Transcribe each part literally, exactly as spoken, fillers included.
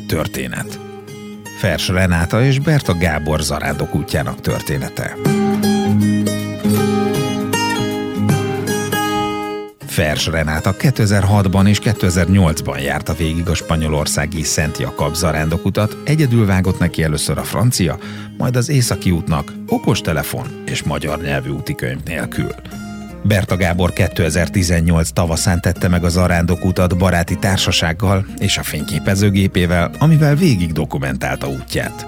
két történet. Fers Renáta és Berta Gábor zarándok útjának története. Fers Renáta kétezer-hatban és kétezer-nyolcban járta végig a spanyolországi Szent Jakab zarándokutat, egyedül vágott neki először a francia, majd az északi útnak okostelefon és magyar nyelvű útikönyv nélkül. Berta Gábor kétezer-tizennyolc tavaszán tette meg a zarándokutat baráti társasággal és a fényképezőgépével, amivel végig dokumentálta útját.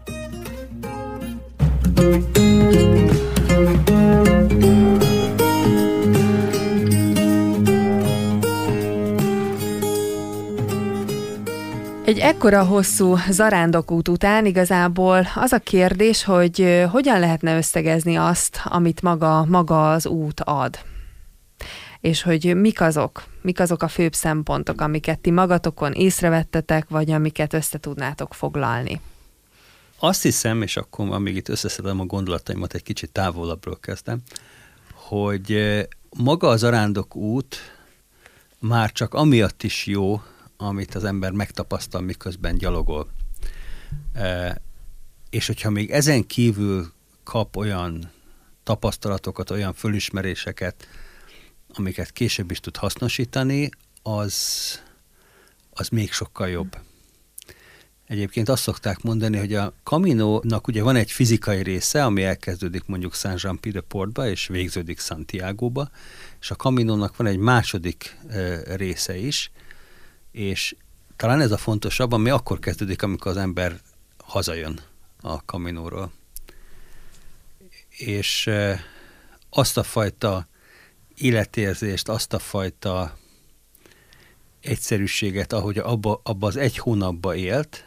Egy ekkora hosszú zarándokút után igazából az a kérdés, hogy hogyan lehetne összegezni azt, amit maga, maga az út ad. És hogy mik azok, mik azok a főbb szempontok, amiket ti magatokon észrevettetek, vagy amiket össze tudnátok foglalni. Azt hiszem, és akkor már még itt összeszedem a gondolataimat, egy kicsit távolabbról kezdtem, hogy maga a zarándokút már csak amiatt is jó, amit az ember megtapasztal, miközben gyalogol. E, és hogyha még ezen kívül kap olyan tapasztalatokat, olyan fölismeréseket, amiket később is tud hasznosítani, az, az még sokkal jobb. Egyébként azt szokták mondani, hogy a Caminónak ugye van egy fizikai része, ami elkezdődik mondjuk Saint-Jean-Pied-de-Portba, és végződik Santiagoba, és a Caminónak van egy második e, része is, és talán ez a fontosabb, ami akkor kezdődik, amikor az ember hazajön a Caminóról. És e, azt a fajta életérzést, azt a fajta egyszerűséget, ahogy abba, abba az egy hónapba élt,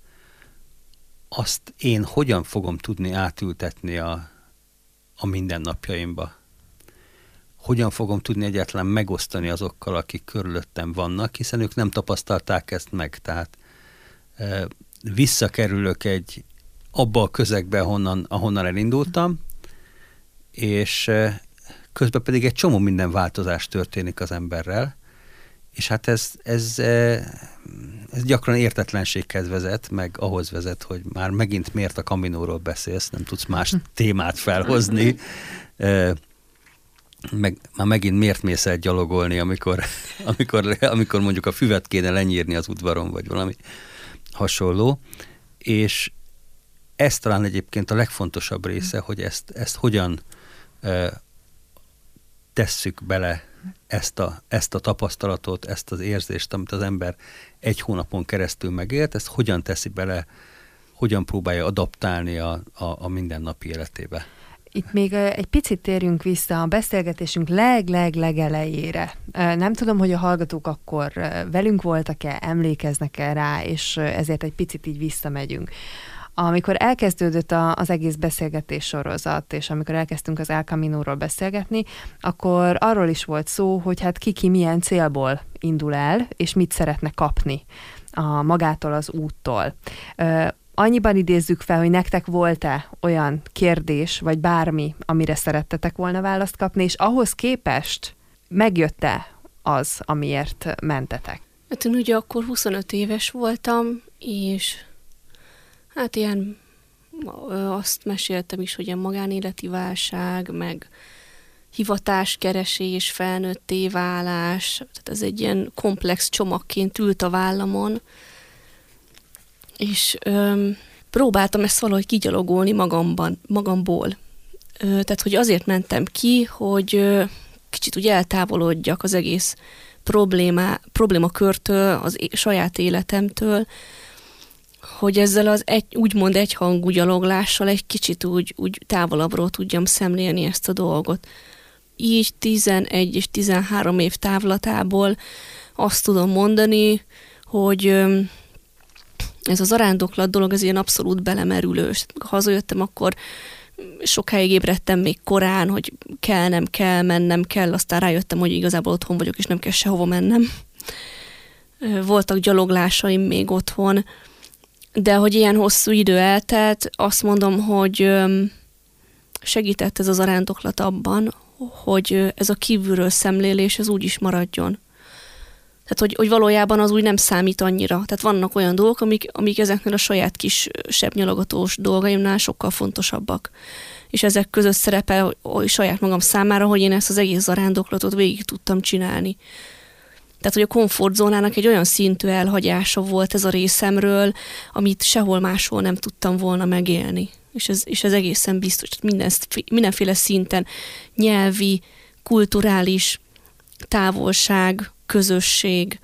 azt én hogyan fogom tudni átültetni a, a mindennapjaimba. Hogyan fogom tudni egyáltalán megosztani azokkal, akik körülöttem vannak, hiszen ők nem tapasztalták ezt meg. Tehát e, visszakerülök egy abba a közegbe, ahonnan, ahonnan elindultam, és e, közben pedig egy csomó minden változás történik az emberrel, és hát ez, ez, e, ez gyakran értetlenséghez vezet, meg ahhoz vezet, hogy már megint miért a Caminóról beszélsz, nem tudsz más témát felhozni, e, meg már megint miért mész el gyalogolni, amikor, amikor, amikor mondjuk a füvet kéne lenyírni az udvaron, vagy valami hasonló. És ez talán egyébként a legfontosabb része, hogy ezt, ezt hogyan e, tesszük bele ezt a, ezt a tapasztalatot, ezt az érzést, amit az ember egy hónapon keresztül megélt, ezt hogyan teszi bele, hogyan próbálja adaptálni a, a, a mindennapi életébe. Itt még egy picit térjünk vissza a beszélgetésünk leg-leg-legelejére. Nem tudom, hogy a hallgatók akkor velünk voltak-e, emlékeznek-e rá, és ezért egy picit így visszamegyünk. Amikor elkezdődött az egész beszélgetés sorozat, és amikor elkezdtünk az El Caminóról beszélgetni, akkor arról is volt szó, hogy hát ki-ki milyen célból indul el, és mit szeretne kapni a magától az úttól. Annyiban idézzük fel, hogy nektek volt-e olyan kérdés, vagy bármi, amire szerettetek volna választ kapni, és ahhoz képest megjött-e az, amiért mentetek? Hát én ugye akkor huszonöt éves voltam, és hát ilyen azt meséltem is, hogy ilyen magánéleti válság, meg hivatáskeresés, felnőtté válás, tehát ez egy ilyen komplex csomagként ült a vállamon, és öm, próbáltam ezt valahogy kigyalogolni magamban, magamból. Ö, tehát, hogy azért mentem ki, hogy ö, kicsit úgy eltávolodjak az egész probléma, problémakörtől, az é- saját életemtől, hogy ezzel az egy, úgymond egyhangú gyaloglással egy kicsit úgy, úgy távolabbról tudjam szemlélni ezt a dolgot. Így tizenegy és tizenhárom év távlatából azt tudom mondani, hogy öm, ez az zarándoklat dolog, ez ilyen abszolút belemerülős. Ha hazajöttem, akkor sokáig ébredtem még korán, hogy kell, nem kell, mennem kell, aztán rájöttem, hogy igazából otthon vagyok, és nem kell sehova mennem. Voltak gyaloglásaim még otthon, de hogy ilyen hosszú idő eltelt, azt mondom, hogy segített ez az zarándoklat abban, hogy ez a kívülről szemlélés, ez úgy is maradjon. Tehát, hogy, hogy valójában az úgy nem számít annyira. Tehát vannak olyan dolgok, amik, amik ezeknél a saját kis sebnyalogatós dolgaimnál sokkal fontosabbak. És ezek között szerepel hogy saját magam számára, hogy én ezt az egész zarándoklatot végig tudtam csinálni. Tehát, hogy a komfortzónának egy olyan szintű elhagyása volt ez a részemről, amit sehol máshol nem tudtam volna megélni. És ez, és ez egészen biztos. Minden, mindenféle szinten nyelvi, kulturális, távolság, közösség,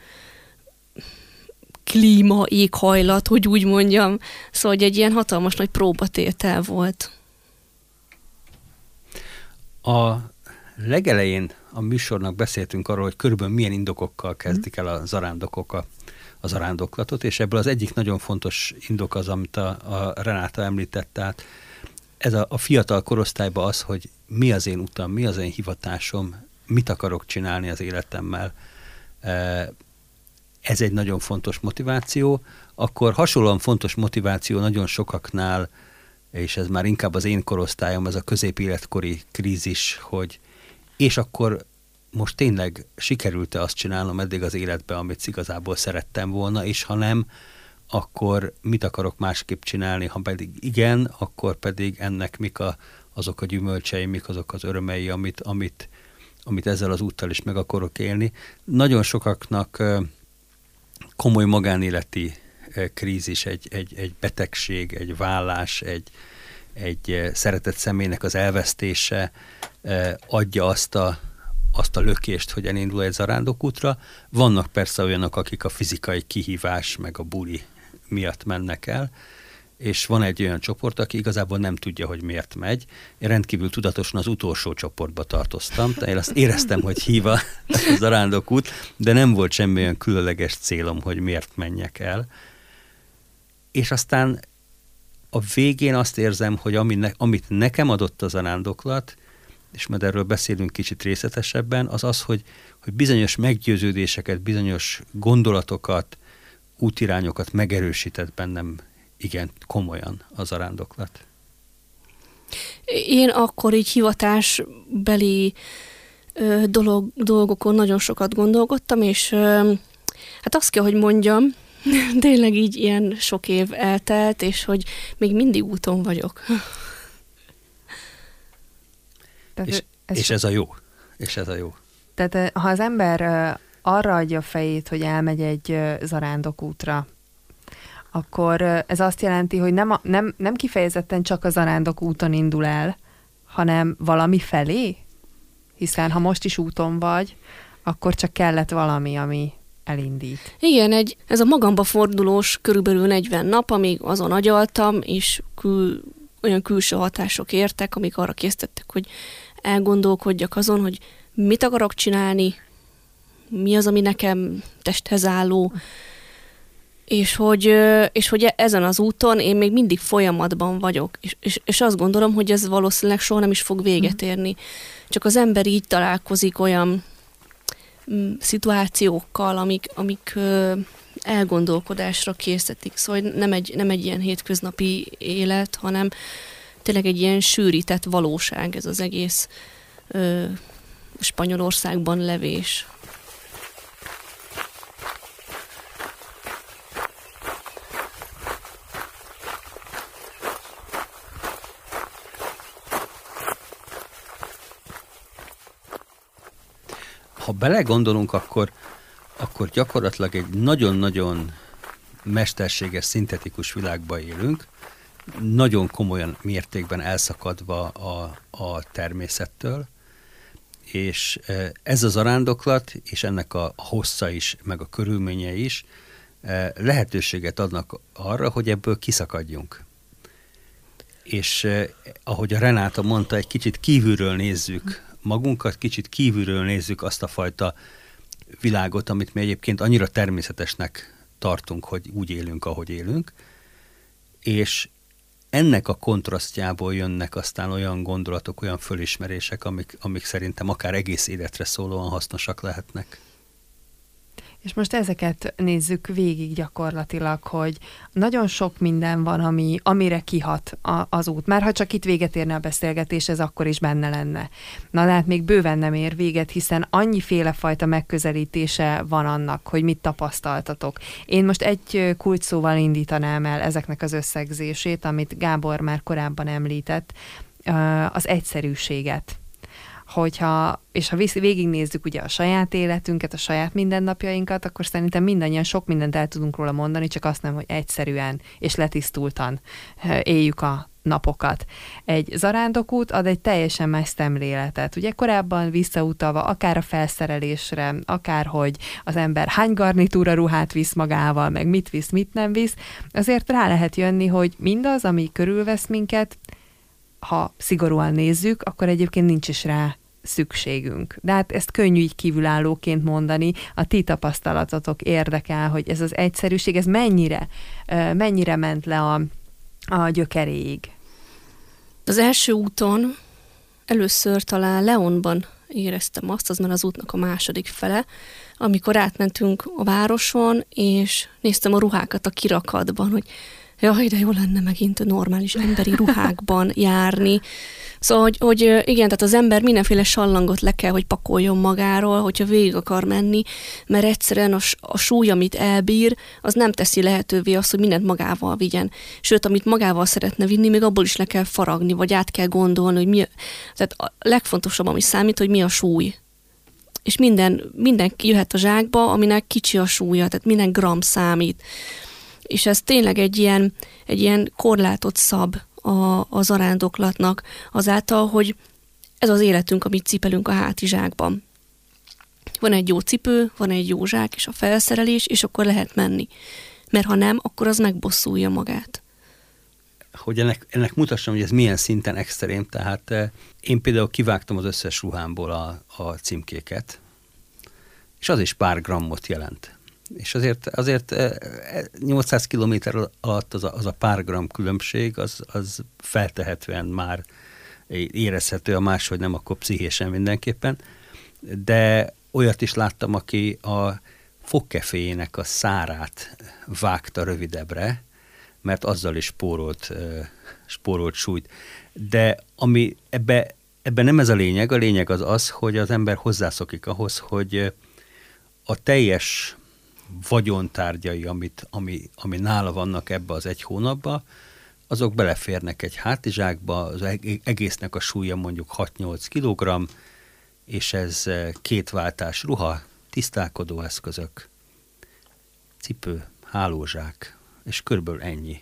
klíma, éghajlat, hogy úgy mondjam. Szóval egy ilyen hatalmas nagy próbatétel volt. A legelején a műsornak beszéltünk arról, hogy körülbelül milyen indokokkal kezdik el a zarándokok a, a zarándoklatot, és ebből az egyik nagyon fontos indok az, amit a, a Renáta említett, tehát ez a, a fiatal korosztályban az, hogy mi az én utam, mi az én hivatásom, mit akarok csinálni az életemmel. Ez egy nagyon fontos motiváció. Akkor hasonlóan fontos motiváció nagyon sokaknál, és ez már inkább az én korosztályom, ez a középéletkori krízis, hogy és akkor most tényleg sikerült-e azt csinálnom eddig az életben, amit igazából szerettem volna, és ha nem, akkor mit akarok másképp csinálni, ha pedig igen, akkor pedig ennek mik a, azok a gyümölcsei, mik azok az örömei, amit, amit, amit ezzel az úttal is meg akarok élni. Nagyon sokaknak komoly magánéleti krízis, egy, egy, egy betegség, egy vállás, egy, egy szeretett személynek az elvesztése adja azt a, azt a lökést, hogy elindul egy zarándokútra. Vannak persze olyanok, akik a fizikai kihívás meg a buli miatt mennek el, és van egy olyan csoport, aki igazából nem tudja, hogy miért megy. Én rendkívül tudatosan az utolsó csoportba tartoztam, tehát én azt éreztem, hogy hív a zarándokút, de nem volt semmi olyan különleges célom, hogy miért menjek el. És aztán a végén azt érzem, hogy ami ne, amit nekem adott a zarándoklat, és majd erről beszélünk kicsit részletesebben, az az, hogy, hogy bizonyos meggyőződéseket, bizonyos gondolatokat, útirányokat megerősített bennem igen komolyan a zarándoklat. Én akkor így hivatásbeli ö, dolog, dolgokon nagyon sokat gondolkodtam, és ö, hát azt kell, hogy mondjam, tényleg így ilyen sok év eltelt, és hogy még mindig úton vagyok. Tehát és, ez, és ez a jó. És ez a jó. Tehát ha az ember arra adja a fejét, hogy elmegy egy zarándokútra, akkor ez azt jelenti, hogy nem, a, nem, nem kifejezetten csak a zarándokúton indul el, hanem valami felé? Hiszen ha most is úton vagy, akkor csak kellett valami, ami elindít. Igen, egy, ez a magamba fordulós körülbelül negyven nap, amíg azon agyaltam, és kül, olyan külső hatások értek, amik arra késztettek, hogy elgondolkodjak azon, hogy mit akarok csinálni, mi az, ami nekem testhez álló, és hogy, és hogy ezen az úton én még mindig folyamatban vagyok, és, és, és azt gondolom, hogy ez valószínűleg soha nem is fog véget érni. Csak az ember így találkozik olyan m, szituációkkal, amik, amik ö, elgondolkodásra készítik. Szóval nem egy, nem egy ilyen hétköznapi élet, hanem tényleg egy ilyen sűrített valóság ez az egész ö, Spanyolországban levés. Ha belegondolunk, akkor, akkor gyakorlatilag egy nagyon-nagyon mesterséges, szintetikus világban élünk, nagyon komolyan mértékben elszakadva a, a természettől, és ez az zarándoklat, és ennek a hossza is, meg a körülményei is lehetőséget adnak arra, hogy ebből kiszakadjunk. És ahogy a Renáta mondta, egy kicsit kívülről nézzük magunkat, kicsit kívülről nézzük azt a fajta világot, amit mi egyébként annyira természetesnek tartunk, hogy úgy élünk, ahogy élünk, és ennek a kontrasztjából jönnek aztán olyan gondolatok, olyan fölismerések, amik, amik szerintem akár egész életre szólóan hasznosak lehetnek. És most ezeket nézzük végig gyakorlatilag, hogy nagyon sok minden van, ami, amire kihat a, az út. Már ha csak itt véget érne a beszélgetés, ez akkor is benne lenne. Na de hát még bőven nem ér véget, hiszen annyiféle fajta megközelítése van annak, hogy mit tapasztaltatok. Én most egy kulcsszóval indítanám el ezeknek az összegzését, amit Gábor már korábban említett, az egyszerűséget. Hogyha, és ha végignézzük ugye a saját életünket, a saját mindennapjainkat, akkor szerintem mindannyian sok mindent el tudunk róla mondani, csak azt nem, hogy egyszerűen és letisztultan éljük a napokat. Egy zarándokút ad egy teljesen más szemléletet. Ugye korábban visszautalva akár a felszerelésre, akár hogy az ember hány garnitúra ruhát visz magával, meg mit visz, mit nem visz, azért rá lehet jönni, hogy mindaz, ami körülvesz minket, ha szigorúan nézzük, akkor egyébként nincs is rá szükségünk. De hát ezt könnyű így kívülállóként mondani, a ti tapasztalatotok érdekel, hogy ez az egyszerűség, ez mennyire, mennyire ment le a, a gyökeréig. Az első úton először talán Leonban éreztem azt, az már az útnak a második fele, amikor átmentünk a városon, és néztem a ruhákat a kirakatban, hogy jaj, de jó lenne megint normális emberi ruhákban járni. Szóval, hogy, hogy igen, tehát az ember mindenféle sallangot le kell, hogy pakoljon magáról, hogyha végig akar menni, mert egyszerűen a, a súly, amit elbír, az nem teszi lehetővé azt, hogy mindent magával vigyen. Sőt, amit magával szeretne vinni, még abból is le kell faragni, vagy át kell gondolni, hogy mi a, tehát a legfontosabb, ami számít, hogy mi a súly. És minden, minden jöhet a zsákba, aminek kicsi a súlya, tehát minden gram számít. És ez tényleg egy ilyen, egy ilyen korlátot szab a, a zarándoklatnak azáltal, hogy ez az életünk, amit cipelünk a hátizsákban. Van egy jó cipő, van egy jó zsák és a felszerelés, és akkor lehet menni. Mert ha nem, akkor az megbosszulja magát. Hogy ennek, ennek mutassam, hogy ez milyen szinten extrém, tehát én például kivágtam az összes ruhámból a, a címkéket, és az is pár grammot jelent. És azért, azért nyolcszáz kilométer alatt az a, az a pár gram különbség, az, az feltehetően már érezhető, a máshogy nem, akkor pszichésen mindenképpen. De olyat is láttam, aki a fogkeféjének a szárát vágta rövidebbre, mert azzal is spórolt, spórolt súlyt. De ami ebbe, ebbe nem ez a lényeg, a lényeg az az, hogy az ember hozzászokik ahhoz, hogy a teljes vagyontárgyai, amit, ami, ami nála vannak ebbe az egy hónapba, azok beleférnek egy hátizsákba, az egésznek a súlya mondjuk hat-nyolc kilogramm, és ez két váltás ruha, tisztálkodó eszközök, cipő, hálózsák, és körülbelül ennyi.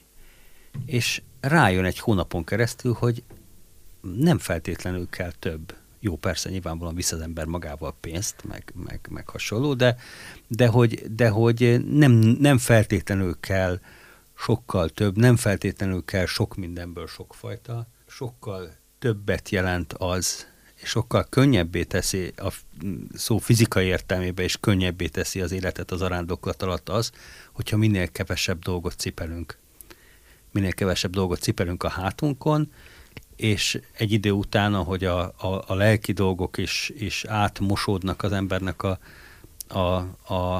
És rájön egy hónapon keresztül, hogy nem feltétlenül kell több. Jó, persze, nyilvánvalóan visz az ember magával pénzt, meg, meg, meg hasonló, de, de hogy, de hogy nem, nem feltétlenül kell sokkal több, nem feltétlenül kell sok mindenből sokfajta, sokkal többet jelent az, és sokkal könnyebbé teszi, a szó fizikai értelmében is könnyebbé teszi az életet az zarándoklat alatt az, hogyha minél kevesebb dolgot cipelünk. Minél kevesebb dolgot cipelünk a hátunkon, és egy idő után, ahogy a, a, a lelki dolgok is, is átmosódnak az embernek a, a, a,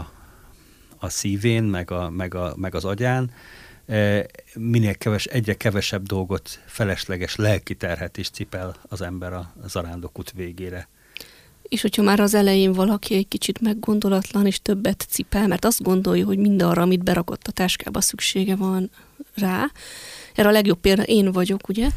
a szívén, meg, a, meg, a, meg az agyán, minél keves, egyre kevesebb dolgot, felesleges lelki terhet is cipel az ember a zarándokút végére. És hogyha már az elején valaki egy kicsit meggondolatlan és többet cipel, mert azt gondolja, hogy mindarra, amit berakott a táskába, szüksége van rá, erre a legjobb példa én vagyok, ugye,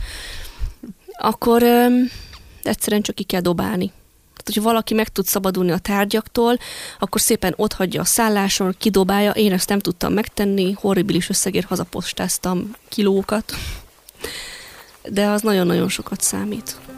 akkor öm, egyszerűen csak ki kell dobálni. Tehát, hogyha valaki meg tud szabadulni a tárgyaktól, akkor szépen otthagyja a szálláson, kidobálja. Én ezt nem tudtam megtenni, horribilis összegért hazapostáztam kilókat, de az nagyon-nagyon sokat számít.